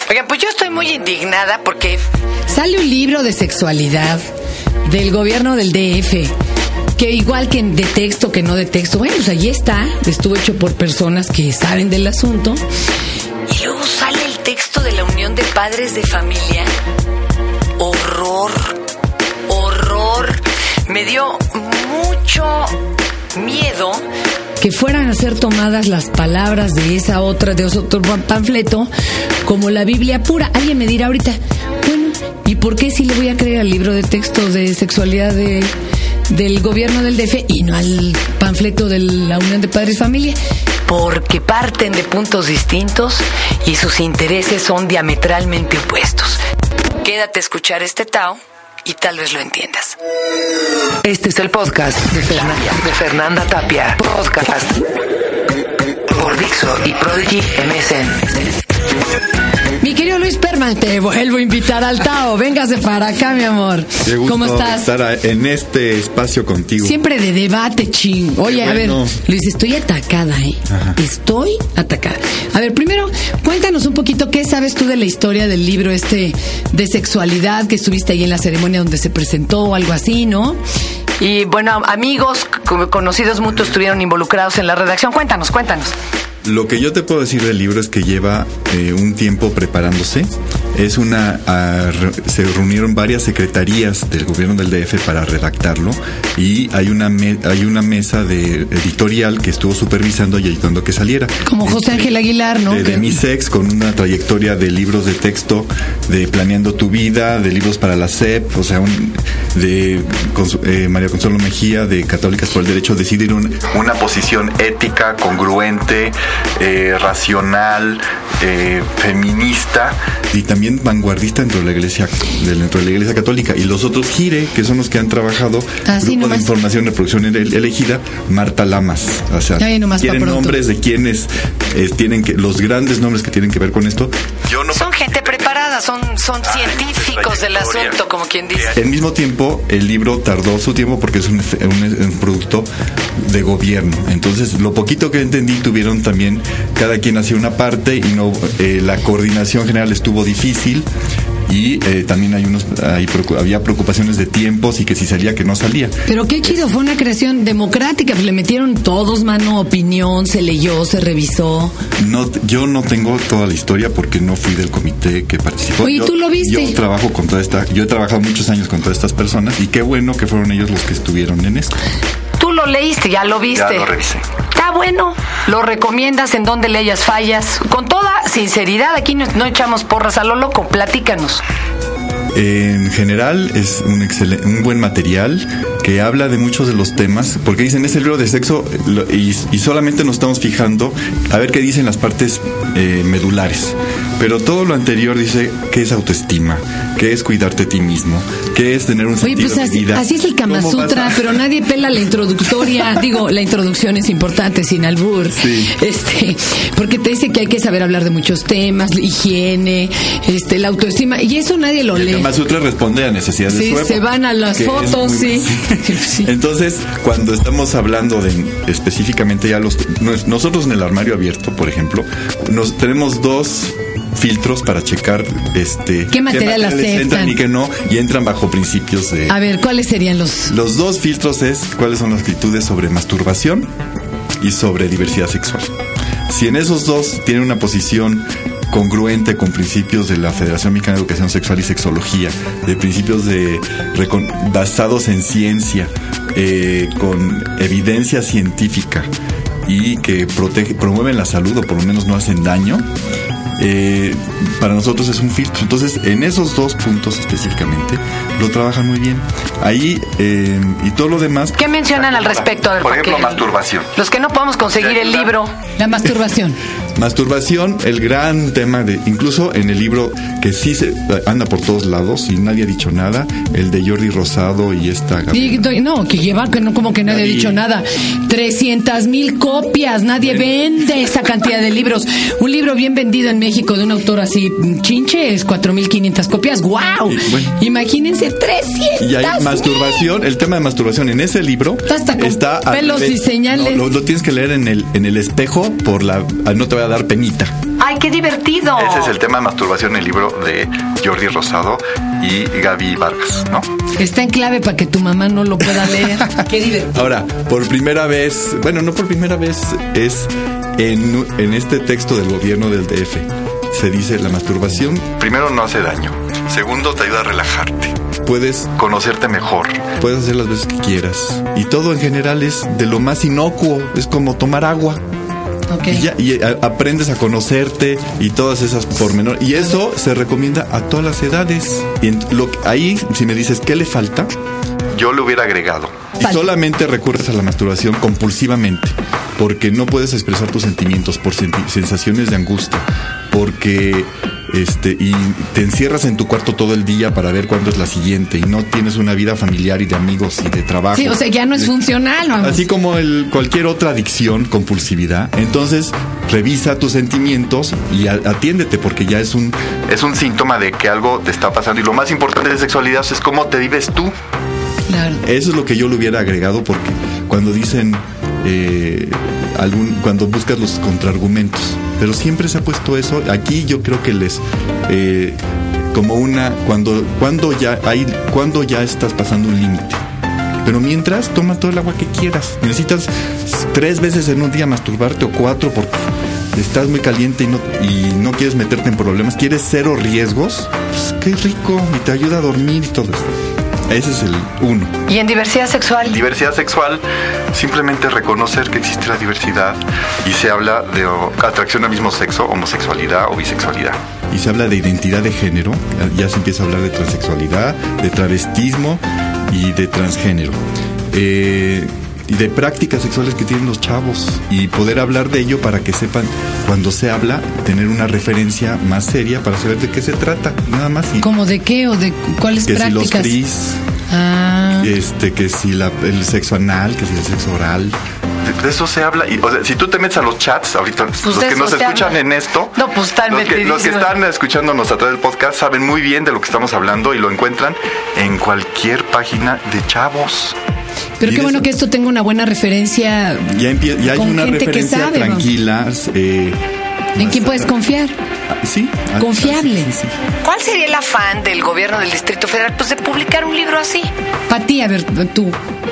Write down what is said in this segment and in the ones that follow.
Oigan, pues yo estoy muy indignada porque sale un libro de sexualidad del gobierno del DF, que igual que de texto que no de texto, bueno, pues ahí está, estuvo hecho por personas que saben del asunto. Y luego sale el texto de la Unión de Padres de Familia. Horror. Me dio mucho miedo que fueran a ser tomadas las palabras de ese otro panfleto como la Biblia pura. Alguien me dirá ahorita, bueno, ¿y por qué si le voy a creer al libro de texto de sexualidad del gobierno del DF y no al panfleto de la Unión de Padres Familia? Porque parten de puntos distintos y sus intereses son diametralmente opuestos. Quédate a escuchar este Tao y tal vez lo entiendas. Este es el podcast de Fernanda Tapia. Podcast por Dixo y Prodigy MSN. Mi querido Luis Perman, te vuelvo a invitar al Tao. Véngase para acá, mi amor. ¿Cómo estás? Estar en este espacio contigo. Siempre de debate, ching. Oye, a ver, Luis, estoy atacada, Ajá. Estoy atacada. A ver, primero, cuéntanos un poquito qué sabes tú de la historia del libro de sexualidad, que estuviste ahí en la ceremonia donde se presentó o algo así, ¿no? Y bueno, amigos, conocidos mutuos estuvieron involucrados en la redacción. Cuéntanos. Lo que yo te puedo decir del libro es que lleva un tiempo preparándose. Se reunieron varias secretarías del gobierno del DF para redactarlo y hay una mesa de editorial que estuvo supervisando y ayudando a que saliera. Como José Ángel Aguilar, ¿no? De Misex, con una trayectoria de libros de texto, de Planeando tu Vida, de libros para la SEP, o sea, de María Consuelo Mejía, de Católicas por el Derecho a Decidir, una posición ética, congruente, racional, feminista y también vanguardista dentro de la iglesia católica. Y los otros GIRE, que son los que han trabajado, Grupo de Información de Producción Elegida, Marta Lamas. O sea, tienen nombres de quienes los grandes nombres que tienen que ver con esto. Son gente preparada, son científicos del asunto, como quien dice. Al mismo tiempo, el libro tardó su tiempo porque es un producto de gobierno. Entonces, lo poquito que entendí, tuvieron también, cada quien hacía una parte y no la coordinación general estuvo difícil. Y también había preocupaciones de tiempos y que si salía, que no salía. Pero qué chido, fue una creación democrática, pues le metieron todos mano, opinión, se leyó, se revisó. No, yo no tengo toda la historia porque no fui del comité que participó. Oye, ¿tú lo viste? Yo he trabajado muchos años con todas estas personas y qué bueno que fueron ellos los que estuvieron en esto. Tú lo leíste, ya lo viste. Ya lo revisé. Está bueno, lo recomiendas, en donde leyes fallas. Con toda sinceridad, aquí no echamos porras a lo loco, platícanos. En general es un buen material que habla de muchos de los temas, porque dicen es el libro de sexo y solamente nos estamos fijando a ver qué dicen las partes medulares, pero todo lo anterior dice qué es autoestima, qué es cuidarte a ti mismo, qué es tener un sentido de vida. Así es el Kama Sutra, pero nadie pela la introductoria. Digo, la introducción es importante, sin albur. Sí. Porque te dice que hay que saber hablar de muchos temas, higiene, la autoestima, y eso nadie lo lee. El Kama Sutra responde a necesidades de su época. Se van a las fotos, sí. Entonces, cuando estamos hablando de específicamente ya nosotros en el armario abierto, por ejemplo, tenemos dos filtros para checar qué material entran y qué no, y entran bajo principios de... A ver, ¿cuáles serían los dos filtros? ¿Cuáles son las actitudes sobre masturbación y sobre diversidad sexual? Si en esos dos tienen una posición congruente con principios de la Federación Mexicana de Educación Sexual y Sexología, de principios basados en ciencia, con evidencia científica y que promueven la salud o por lo menos no hacen daño, para nosotros es un filtro. Entonces, en esos dos puntos específicamente lo trabajan muy bien. Ahí, y todo lo demás. ¿Qué mencionan al respecto? Por ejemplo, masturbación. Los que no podemos conseguir el libro. La masturbación. Masturbación, el gran tema incluso en el libro que sí anda por todos lados y nadie ha dicho nada, el de Jordi Rosado y esta... como que nadie ha dicho nada. 300,000 copias, nadie vende esa cantidad de libros. Un libro bien vendido en México de un autor así, chinche, es 4,500 copias. ¡Wow! Imagínense, 300,000. Y hay masturbación, el tema de masturbación en ese libro está pelos y señales. Lo tienes que leer en el espejo no te va a dar penita. ¡Ay, qué divertido! Ese es el tema de masturbación en el libro de Jordi Rosado y Gaby Vargas, ¿no? Está en clave para que tu mamá no lo pueda leer. Qué divertido. Ahora, por primera vez, bueno, no por primera vez, es en este texto del gobierno del DF. Se dice la masturbación, primero, no hace daño. Segundo, te ayuda a relajarte. Puedes conocerte mejor. Puedes hacer las veces que quieras. Y todo en general es de lo más inocuo. Es como tomar agua. Okay. Y aprendes a conocerte y todas esas pormenores. Y eso se recomienda a todas las edades. Y ahí, si me dices, ¿qué le falta? Yo le hubiera agregado. Y solamente recurres a la masturbación compulsivamente, porque no puedes expresar tus sentimientos por sensaciones de angustia, porque y te encierras en tu cuarto todo el día para ver cuándo es la siguiente y no tienes una vida familiar y de amigos y de trabajo. Sí, o sea, ya no es funcional, vamos. Así como cualquier otra adicción, compulsividad. Entonces, revisa tus sentimientos y atiéndete, porque ya es un síntoma de que algo te está pasando. Y lo más importante de sexualidad es cómo te vives tú. Claro. Eso es lo que yo le hubiera agregado, porque cuando dicen cuando buscas los contraargumentos, pero siempre se ha puesto eso. Aquí yo creo que como cuando ya estás pasando un límite. Pero mientras, toma todo el agua que quieras. Necesitas 3 veces en un día masturbarte o 4 porque estás muy caliente y no quieres meterte en problemas, quieres 0 riesgos. Pues qué rico, y te ayuda a dormir y todo esto. Ese es el 1. ¿Y en diversidad sexual? Diversidad sexual, simplemente reconocer que existe la diversidad y se habla de atracción al mismo sexo, homosexualidad o bisexualidad. Y se habla de identidad de género, ya se empieza a hablar de transexualidad, de travestismo y de transgénero. Y de prácticas sexuales que tienen los chavos, y poder hablar de ello para que sepan, cuando se habla, tener una referencia más seria para saber de qué se trata, nada más. ¿Cómo de qué o de cuáles que prácticas? Si los tris, que si el sexo anal, que si el sexo oral. De eso se habla. Y, o sea, si tú te metes a los chats ahorita, pues los que nos escuchan en esto, no, pues los que están escuchándonos a través del podcast saben muy bien de lo que estamos hablando y lo encuentran en cualquier página de chavos. Pero qué bueno que esto tenga una buena referencia. Ya hay una referencia sabe, tranquila. ¿En quién puedes confiar? Sí. Confiable. Sí. ¿Cuál sería el afán del gobierno del Distrito Federal? Pues de publicar un libro así. Para ti, a ver, tú.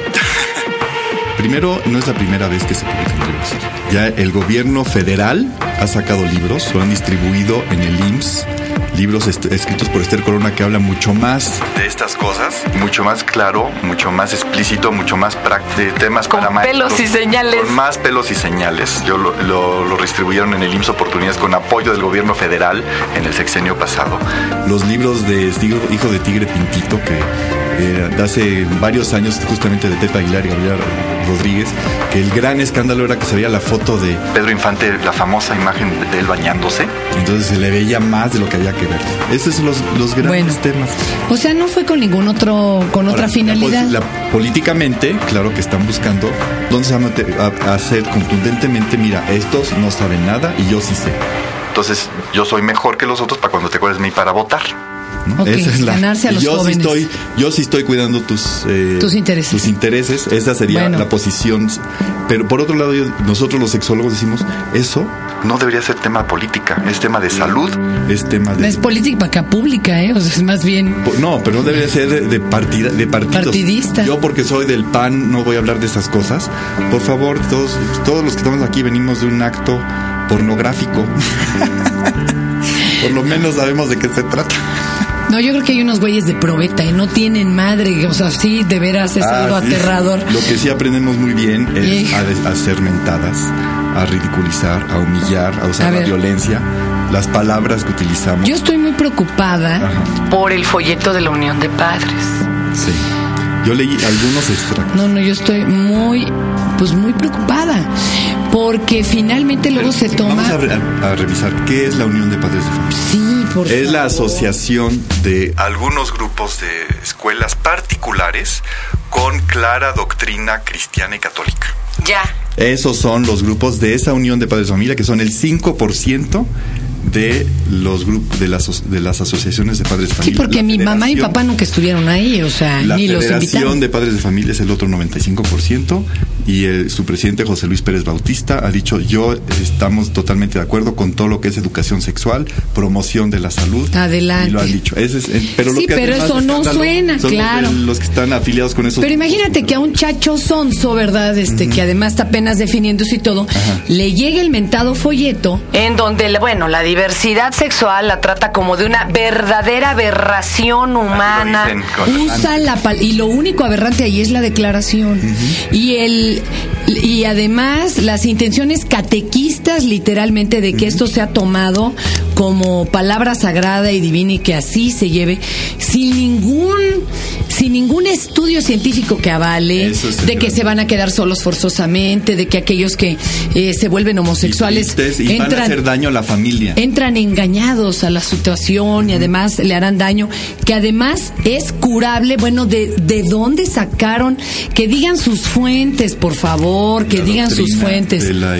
Primero, no es la primera vez que se publica un libro así. Ya el gobierno federal ha sacado libros, lo han distribuido en el IMSS. Libros escritos por Esther Corona, que habla mucho más de estas cosas, mucho más claro, mucho más explícito, mucho más de temas con para maestros. Pelos y señales. Con más pelos y señales. Yo lo distribuyeron en el IMSS Oportunidades con apoyo del gobierno federal en el sexenio pasado. Los libros de Hijo de Tigre Pintito, que hace varios años, justamente de Teta Aguilar y Gabriela Rodríguez, que el gran escándalo era que se veía la foto de Pedro Infante, la famosa imagen de él bañándose. Entonces se le veía más de lo que había que ver. Esos son los grandes temas. O sea, no fue con otra finalidad. Políticamente, claro que están buscando dónde se va a hacer contundentemente, mira, estos no saben nada y yo sí sé. Entonces, yo soy mejor que los otros para cuando te acuerdes de mí para votar. ¿no? Okay, esa es ganarse a los jóvenes. Yo sí estoy cuidando tus intereses. Tus intereses. Esa sería la posición. Pero por otro lado, nosotros los sexólogos decimos, eso no debería ser tema de política, es tema de salud, es tema de... Es política pública, o sea, es más bien... No, pero no debería ser de partidos. Partidista. Yo, porque soy del PAN, no voy a hablar de esas cosas. Por favor, todos los que estamos aquí venimos de un acto pornográfico. Por lo menos sabemos de qué se trata. No, yo creo que hay unos güeyes de probeta y no tienen madre, o sea, sí, de veras es algo aterrador. Lo que sí aprendemos muy bien es a hacer mentadas, a ridiculizar, a humillar, a usar la violencia, las palabras que utilizamos. Yo estoy muy preocupada por el folleto de la Unión de Padres. Sí. Yo leí algunos extractos. No, yo estoy muy preocupada. Porque finalmente luego se toma... Vamos a revisar qué es la Unión de Padres de Familia. Sí, por favor. Es la asociación de algunos grupos de escuelas particulares con clara doctrina cristiana y católica. Ya. Esos son los grupos de esa Unión de Padres de Familia, que son el 5% de los grupos de las asociaciones de padres de familia. Sí, porque mi mamá y papá nunca estuvieron ahí, o sea, ni los invitaron. La Federación de Padres de Familia es el otro 95%, y su presidente José Luis Pérez Bautista ha dicho, estamos totalmente de acuerdo con todo lo que es educación sexual, promoción de la salud. Adelante. Y lo han dicho. Pero eso no suena, son claro. Los que están afiliados con esos. Pero imagínate que a un chacho sonso, ¿verdad? Que además está apenas definiéndose y todo, le llega el mentado folleto en donde, la diversidad sexual la trata como de una verdadera aberración humana. Usa y lo único aberrante ahí es la declaración. Y además las intenciones catequistas, literalmente, de que esto sea tomado como palabra sagrada y divina y que así se lleve, sin ningún estudio científico que avale, de que se van a quedar solos forzosamente, de que aquellos que se vuelven homosexuales y van a hacer daño a la familia. Entran engañados a la situación y además le harán daño, que además es curable. ¿De dónde sacaron? Que digan sus fuentes, por favor, que digan sus fuentes.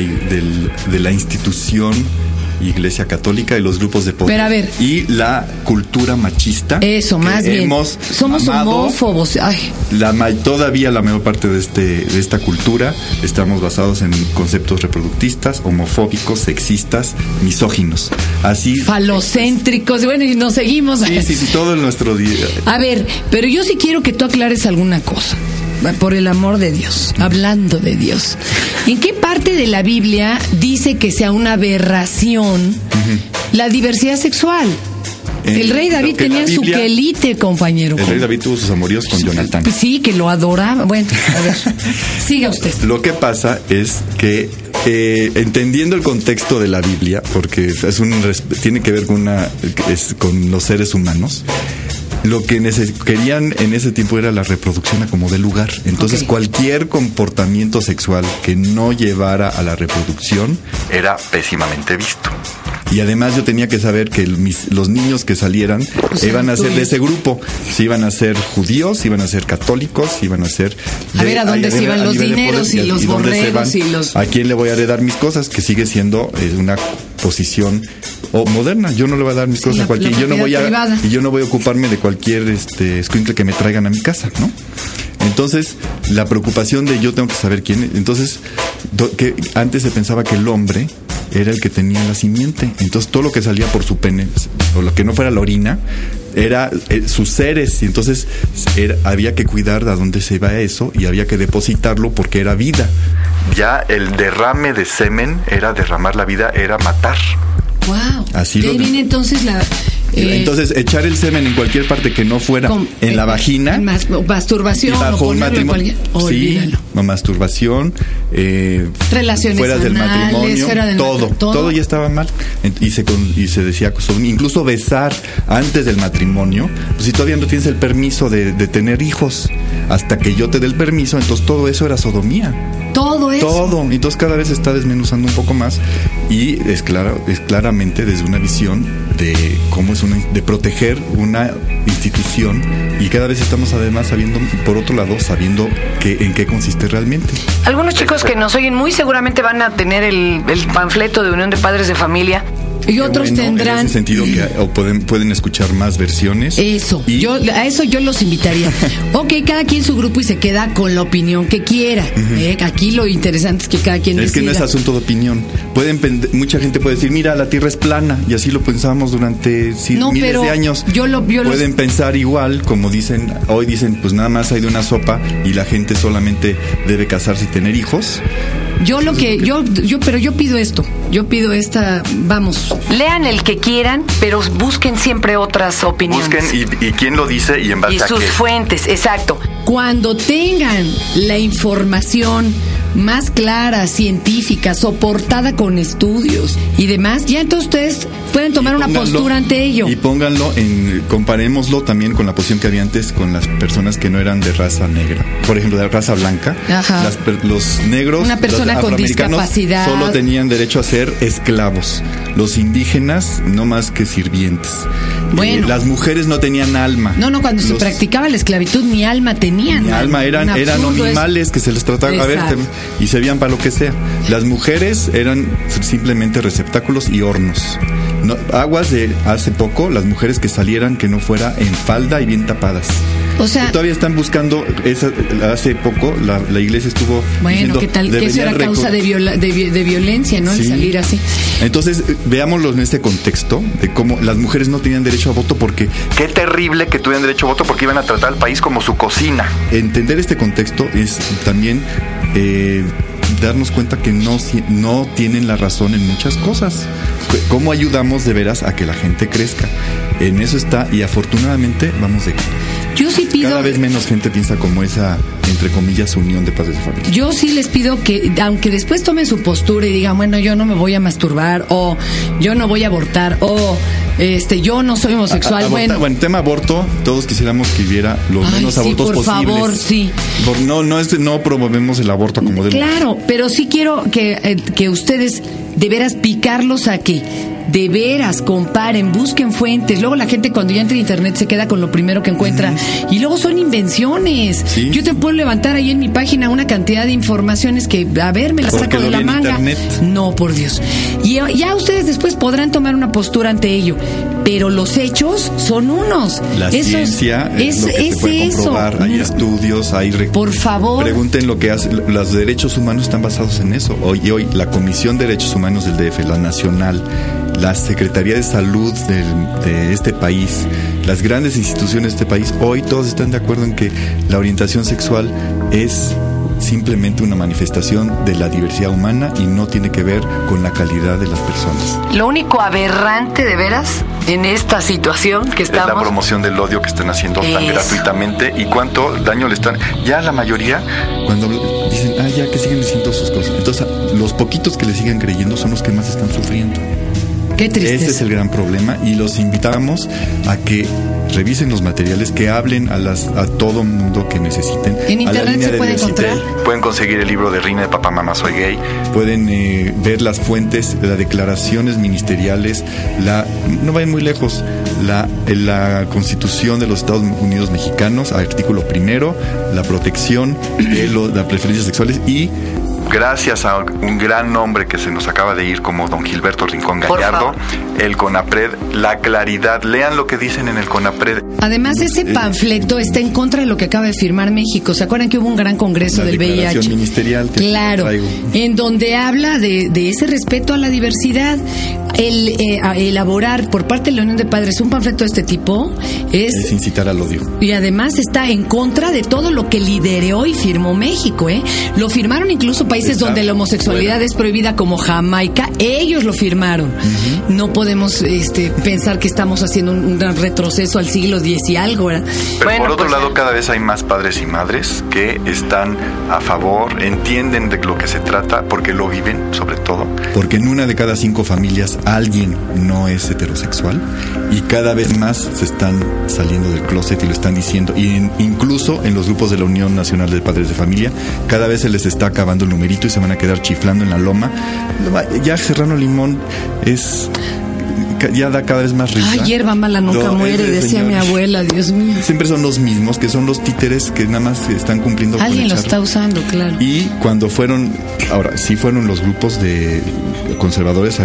De la institución Iglesia Católica y los grupos de poder. Pero a ver, y la cultura machista. Eso, más bien. Somos homófobos. Ay. Todavía la mayor parte de esta cultura estamos basados en conceptos reproductistas, homofóbicos, sexistas, misóginos. Así. Falocéntricos. Y nos seguimos. Sí, todo en nuestro día. A ver, pero yo sí quiero que tú aclares alguna cosa. Por el amor de Dios, hablando de Dios, ¿en qué parte de la Biblia dice que sea una aberración la diversidad sexual? El rey David tenía su quelite, compañero. El rey David tuvo sus amoríos con Jonatán. Sí, que lo adoraba. Bueno, a ver, siga usted. Lo que pasa es que entendiendo el contexto de la Biblia, porque tiene que ver con los seres humanos. Lo que querían en ese tiempo era la reproducción a como de lugar. Entonces, cualquier comportamiento sexual que no llevara a la reproducción era pésimamente visto. Y además yo tenía que saber que los niños que salieran iban a ser de ese grupo. Si iban a ser judíos, si iban a ser católicos, si iban a ser... A ver, ¿a dónde se iban los dineros y los borregos y los...? ¿A quién le voy a heredar mis cosas? Que sigue siendo una posición moderna. Yo no le voy a dar mis cosas a cualquier... Y yo no voy a ocuparme de cualquier escuincle que me traigan a mi casa, ¿no? Entonces, la preocupación de yo tengo que saber quién es. Entonces, que antes se pensaba que el hombre era el que tenía la simiente. Entonces, todo lo que salía por su pene, o lo que no fuera la orina, era sus seres. Y entonces, había que cuidar de a dónde se iba eso y había que depositarlo porque era vida. Ya el derrame de semen era derramar la vida, era matar. Wow. Así de ahí viene entonces entonces, echar el semen en cualquier parte que no fuera en la vagina. Masturbación. Bajo un matrimonio. Sí, masturbación. Relaciones fuera del anales, matrimonio. Fuera del todo ya estaba mal. Y se decía, incluso besar antes del matrimonio. Pues si todavía no tienes el permiso de tener hijos, hasta que yo te dé el permiso, entonces todo eso era sodomía. Todo eso. Todo. Entonces cada vez se está desmenuzando un poco más y es claramente desde una visión de cómo de proteger una institución y cada vez estamos además sabiendo en qué consiste realmente. Algunos chicos que nos oyen muy seguramente van a tener el panfleto de Unión de Padres de Familia. Y otros tendrán... En ese sentido, pueden escuchar más versiones. Eso, a eso yo los invitaría. Ok, cada quien su grupo y se queda con la opinión que quiera. Aquí lo interesante es que cada quien decida. Es que no es asunto de opinión. Mucha gente puede decir, mira, la Tierra es plana, y así lo pensábamos durante miles de años. Pueden pensar igual, como hoy dicen, pues nada más hay de una sopa y la gente solamente debe casarse y tener hijos. Pero yo pido esto. Yo pido vamos. Lean el que quieran, pero busquen siempre otras opiniones. Busquen y quién lo dice y en base a qué. Y sus fuentes, exacto. Cuando tengan la información más clara, científica, soportada con estudios y demás, ya entonces ustedes pueden tomar una postura ante ello. Y comparémoslo también con la posición que había antes con las personas que no eran de raza negra. Por ejemplo, de raza blanca. Ajá. Los negros, una persona los con discapacidad, solo tenían derecho a ser esclavos. Los indígenas no más que sirvientes. Bueno. Las mujeres no tenían alma. No, cuando se practicaba la esclavitud ni alma tenían. Ni alma, eran animales que se les trataba y servían para lo que sea. Las mujeres eran simplemente receptáculos y hornos. No, aguas de hace poco, las mujeres que salieran que no fuera en falda y bien tapadas. O sea, todavía están buscando hace poco la iglesia estuvo bueno, ¿qué tal? Que eso era causa de violencia, ¿no? Sí. El salir así. Entonces, veámoslo en este contexto de cómo las mujeres no tenían derecho a voto porque qué terrible que tuvieran derecho a voto porque iban a tratar al país como su cocina. Entender este contexto es también darnos cuenta que no tienen la razón en muchas cosas. ¿Cómo ayudamos de veras a que la gente crezca? En eso está, y afortunadamente vamos de yo sí pido, cada vez menos gente piensa como esa, entre comillas, unión de padres de familia. Yo sí les pido que, aunque después tomen su postura y digan, bueno, yo no me voy a masturbar, o yo no voy a abortar, o yo no soy homosexual. Bueno, tema aborto, todos quisiéramos que hubiera los menos abortos posibles. Por favor, sí. No promovemos el aborto como debemos. Claro, pero sí quiero que ustedes de veras picarlos a que de veras comparen, busquen fuentes. Luego la gente cuando ya entra en internet se queda con lo primero que encuentra. Y luego son invenciones. ¿Sí? Yo te puedo levantar ahí en mi página una cantidad de informaciones que, a ver, me las saco de la manga. Internet. No, por Dios. Y ya ustedes después podrán tomar una postura ante ello. Pero los hechos son unos. La ciencia es lo que se puede comprobar. Hay estudios, por favor. Pregunten lo que hace. Los derechos humanos están basados en eso. Hoy la Comisión de Derechos Humanos del DF, la nacional, la Secretaría de Salud de este país, las grandes instituciones de este país, hoy todos están de acuerdo en que la orientación sexual es simplemente una manifestación de la diversidad humana y no tiene que ver con la calidad de las personas. Lo único aberrante de veras en esta situación que estamos... Es la promoción del odio que están haciendo tan gratuitamente y cuánto daño le están... Ya la mayoría, cuando dicen, ya que siguen diciendo sus cosas, entonces los poquitos que le siguen creyendo son los que más están sufriendo. Qué tristeza. Ese es el gran problema y los invitamos a que revisen los materiales, que hablen a todo mundo que necesiten. En internet se puede encontrar. Pueden conseguir el libro de Reina de Papá, Mamá, Soy Gay. Pueden ver las fuentes, las declaraciones ministeriales, no vayan muy lejos, la Constitución de los Estados Unidos Mexicanos, artículo 1, la protección de las preferencias sexuales y gracias a un gran nombre que se nos acaba de ir como don Gilberto Rincón Gallardo, el CONAPRED, la claridad, lean lo que dicen en el CONAPRED. Además ese panfleto está en contra de lo que acaba de firmar México. ¿Se acuerdan que hubo un gran congreso del VIH? Ministerial que claro, en donde habla de ese respeto a la diversidad. Elaborar por parte de la Unión de Padres un panfleto de este tipo es incitar al odio. Y además está en contra de todo lo que lideró y firmó México, Lo firmaron incluso países donde la homosexualidad es prohibida, como Jamaica. Ellos lo firmaron. No podemos pensar que estamos haciendo un retroceso al siglo X y algo, ¿verdad? Pero por otro lado, cada vez hay más padres y madres que están a favor, entienden de lo que se trata, porque lo viven, sobre todo. Porque en una de cada 5 familias alguien no es heterosexual y cada vez más se están saliendo del closet y lo están diciendo. Y incluso en los grupos de la Unión Nacional de Padres de Familia, cada vez se les está acabando el numerito y se van a quedar chiflando en la loma. Ya Serrano Limón ya da cada vez más risa. Hierba mala nunca muere, decía mi abuela, Dios mío. Siempre son los mismos, que son los títeres que nada más están cumpliendo. Alguien lo está usando, claro. Y cuando fueron los grupos de conservadores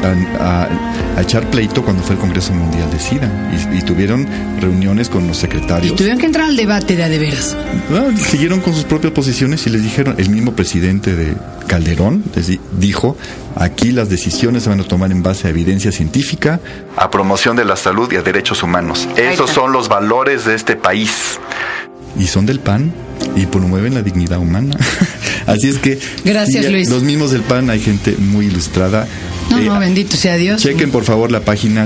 a echar pleito cuando fue el Congreso Mundial de SIDA y tuvieron reuniones con los secretarios. Y tuvieron que entrar al debate de veras. Siguieron con sus propias posiciones y les dijeron, el mismo presidente de Calderón les dijo, aquí las decisiones se van a tomar en base a evidencia científica, a promoción de la salud y a derechos humanos. Esos son los valores de este país. Y son del PAN y promueven la dignidad humana. Así es que... Gracias, Luis. Los mismos del PAN, hay gente muy ilustrada. Bendito sea Dios. Chequen por favor la página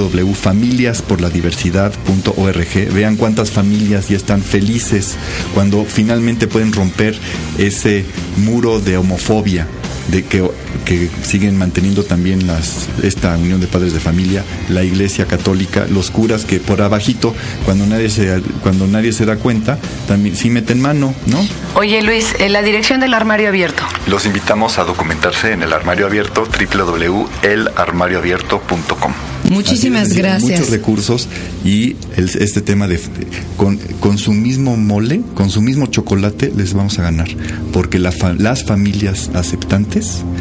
www.familiasporladiversidad.org. Vean cuántas familias ya están felices cuando finalmente pueden romper ese muro de homofobia de que siguen manteniendo también esta unión de padres de familia, la Iglesia Católica, los curas que por abajito, cuando nadie se da cuenta, también sí meten mano, ¿no? Oye, Luis, la dirección del Armario Abierto. Los invitamos a documentarse en el Armario Abierto, www.elarmarioabierto.com. Muchísimas gracias. Muchos recursos y este tema de con su mismo mole, con su mismo chocolate les vamos a ganar, porque las familias aceptantes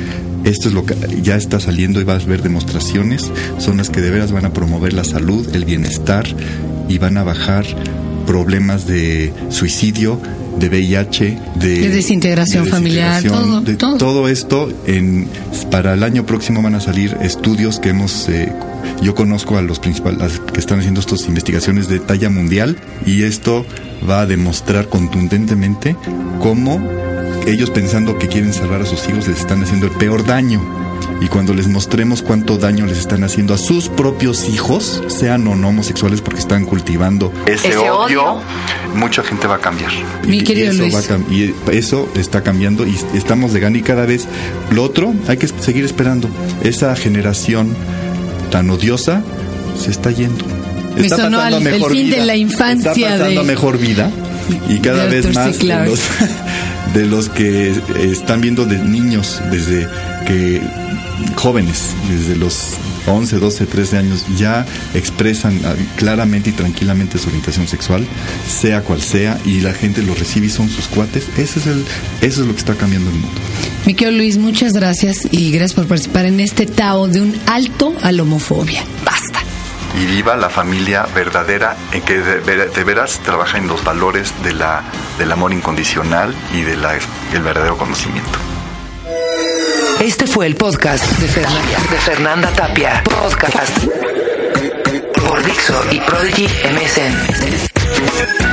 esto es lo que ya está saliendo y vas a ver demostraciones, son las que de veras van a promover la salud, el bienestar y van a bajar problemas de suicidio, de VIH, de desintegración familiar, todo esto. Para el año próximo van a salir estudios que yo conozco a los principales que están haciendo estas investigaciones de talla mundial, y esto va a demostrar contundentemente cómo ellos, pensando que quieren salvar a sus hijos, les están haciendo el peor daño. Y cuando les mostremos cuánto daño les están haciendo a sus propios hijos, sean o no homosexuales, porque están cultivando ese odio, mucha gente va a cambiar. Mi querido Luis. Y eso está cambiando y estamos de gana, y cada vez lo otro hay que seguir esperando. Esa generación tan odiosa se está yendo. Está pasando mejor el fin vida. De la infancia. Está pasando mejor vida, y cada vez más de los que están viendo de niños, desde que jóvenes, desde los 11, 12, 13 años, ya expresan claramente y tranquilamente su orientación sexual, sea cual sea, y la gente lo recibe y son sus cuates. Eso es lo que está cambiando el mundo. Mi querido Luis, muchas gracias, y gracias por participar en este Tao de un alto a la homofobia. Basta. Y viva la familia verdadera, en que de veras trabaja en los valores del amor incondicional y del verdadero conocimiento. Este fue el podcast de Fernanda Tapia. Podcast por Dixo y Prodigy MSN.